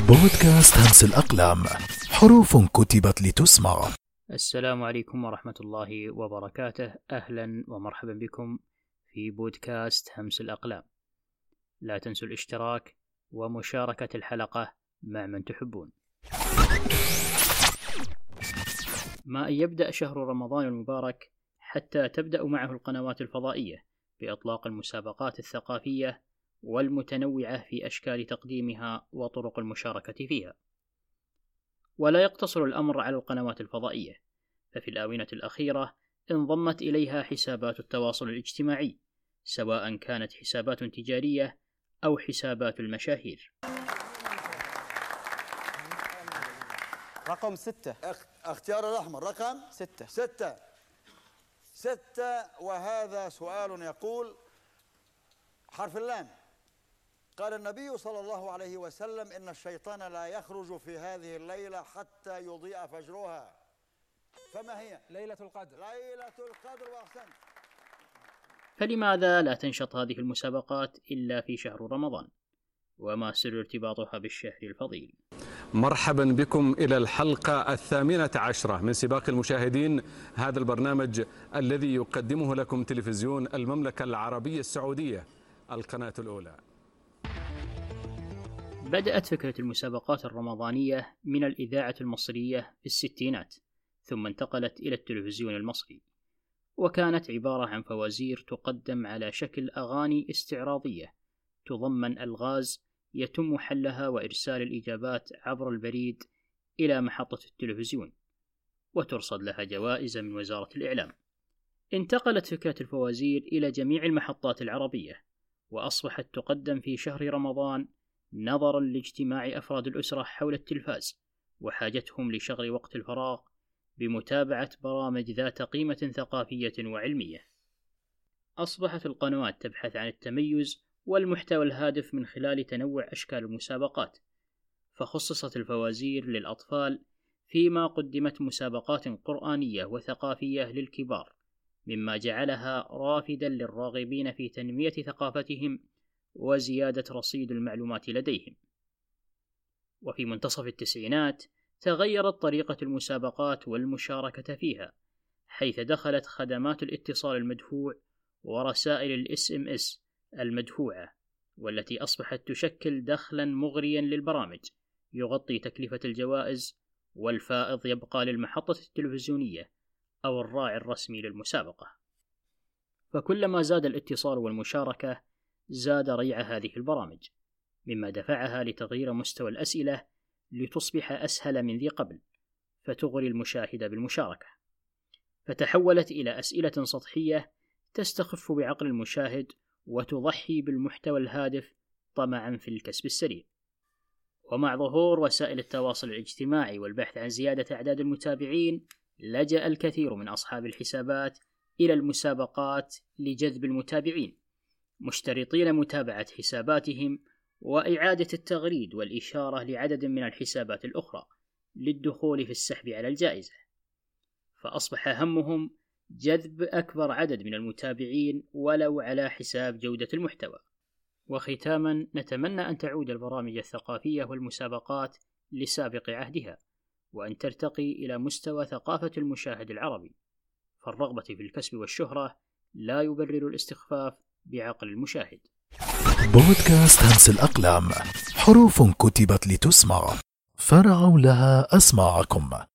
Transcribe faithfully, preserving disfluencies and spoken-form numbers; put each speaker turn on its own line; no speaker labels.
بودكاست همس الأقلام، حروف كتبت لتسمع.
السلام عليكم ورحمة الله وبركاته. أهلا ومرحبا بكم في بودكاست همس الأقلام. لا تنسوا الاشتراك ومشاركة الحلقة مع من تحبون. ما أن يبدأ شهر رمضان المبارك حتى تبدأ معه القنوات الفضائية بإطلاق المسابقات الثقافية والمتنوعة في أشكال تقديمها وطرق المشاركة فيها. ولا يقتصر الأمر على القنوات الفضائية، ففي الآونة الأخيرة انضمت إليها حسابات التواصل الاجتماعي، سواء كانت حسابات تجارية أو حسابات المشاهير.
رقم ستة.
اختيار الأحمر رقم
ستة.
ستة ستة وهذا سؤال يقول: حرف اللام. قال النبي صلى الله عليه وسلم: إن الشيطان لا يخرج في هذه الليلة حتى يضيء فجرها. فما هي؟
ليلة القدر.
ليلة القدر. وأحسنت.
فلماذا لا تنشط هذه المسابقات إلا في شهر رمضان؟ وما سر ارتباطها بالشهر الفضيل؟
مرحبا بكم إلى الحلقة الثامنة عشرة من سباق المشاهدين، هذا البرنامج الذي يقدمه لكم تلفزيون المملكة العربية السعودية، القناة الأولى.
بدأت فكرة المسابقات الرمضانية من الإذاعة المصرية في الستينات، ثم انتقلت إلى التلفزيون المصري، وكانت عبارة عن فوازير تقدم على شكل أغاني استعراضية تضمن ألغاز يتم حلها وإرسال الإجابات عبر البريد إلى محطة التلفزيون، وترصد لها جوائز من وزارة الإعلام. انتقلت فكرة الفوازير إلى جميع المحطات العربية، وأصبحت تقدم في شهر رمضان نظرا لاجتماع أفراد الأسرة حول التلفاز وحاجتهم لشغل وقت الفراغ بمتابعة برامج ذات قيمة ثقافية وعلمية. أصبحت القنوات تبحث عن التميز والمحتوى الهادف من خلال تنوع أشكال المسابقات، فخصصت الفوازير للأطفال، فيما قدمت مسابقات قرآنية وثقافية للكبار، مما جعلها رافدا للراغبين في تنمية ثقافتهم وزيادة رصيد المعلومات لديهم. وفي منتصف التسعينات تغيرت طريقة المسابقات والمشاركة فيها، حيث دخلت خدمات الاتصال المدفوع ورسائل الاس ام اس المدفوعة، والتي أصبحت تشكل دخلا مغريا للبرامج يغطي تكلفة الجوائز، والفائض يبقى للمحطة التلفزيونية أو الراعي الرسمي للمسابقة. فكلما زاد الاتصال والمشاركة زاد ريع هذه البرامج، مما دفعها لتغيير مستوى الأسئلة لتصبح أسهل من ذي قبل، فتغري المشاهد بالمشاركة، فتحولت إلى أسئلة سطحية تستخف بعقل المشاهد وتضحي بالمحتوى الهادف طمعا في الكسب السريع. ومع ظهور وسائل التواصل الاجتماعي والبحث عن زيادة أعداد المتابعين، لجأ الكثير من أصحاب الحسابات إلى المسابقات لجذب المتابعين، مشترطين متابعة حساباتهم وإعادة التغريد والإشارة لعدد من الحسابات الأخرى للدخول في السحب على الجائزة، فأصبح همهم جذب أكبر عدد من المتابعين ولو على حساب جودة المحتوى. وختاما، نتمنى أن تعود البرامج الثقافية والمسابقات لسابق عهدها، وأن ترتقي إلى مستوى ثقافة المشاهد العربي، فالرغبة في الكسب والشهرة لا يبرر الاستخفاف بعقل المشاهد.
بودكاست همس الأقلام، حروف كتبت لتسمع، فرعوا لها أسماعكم.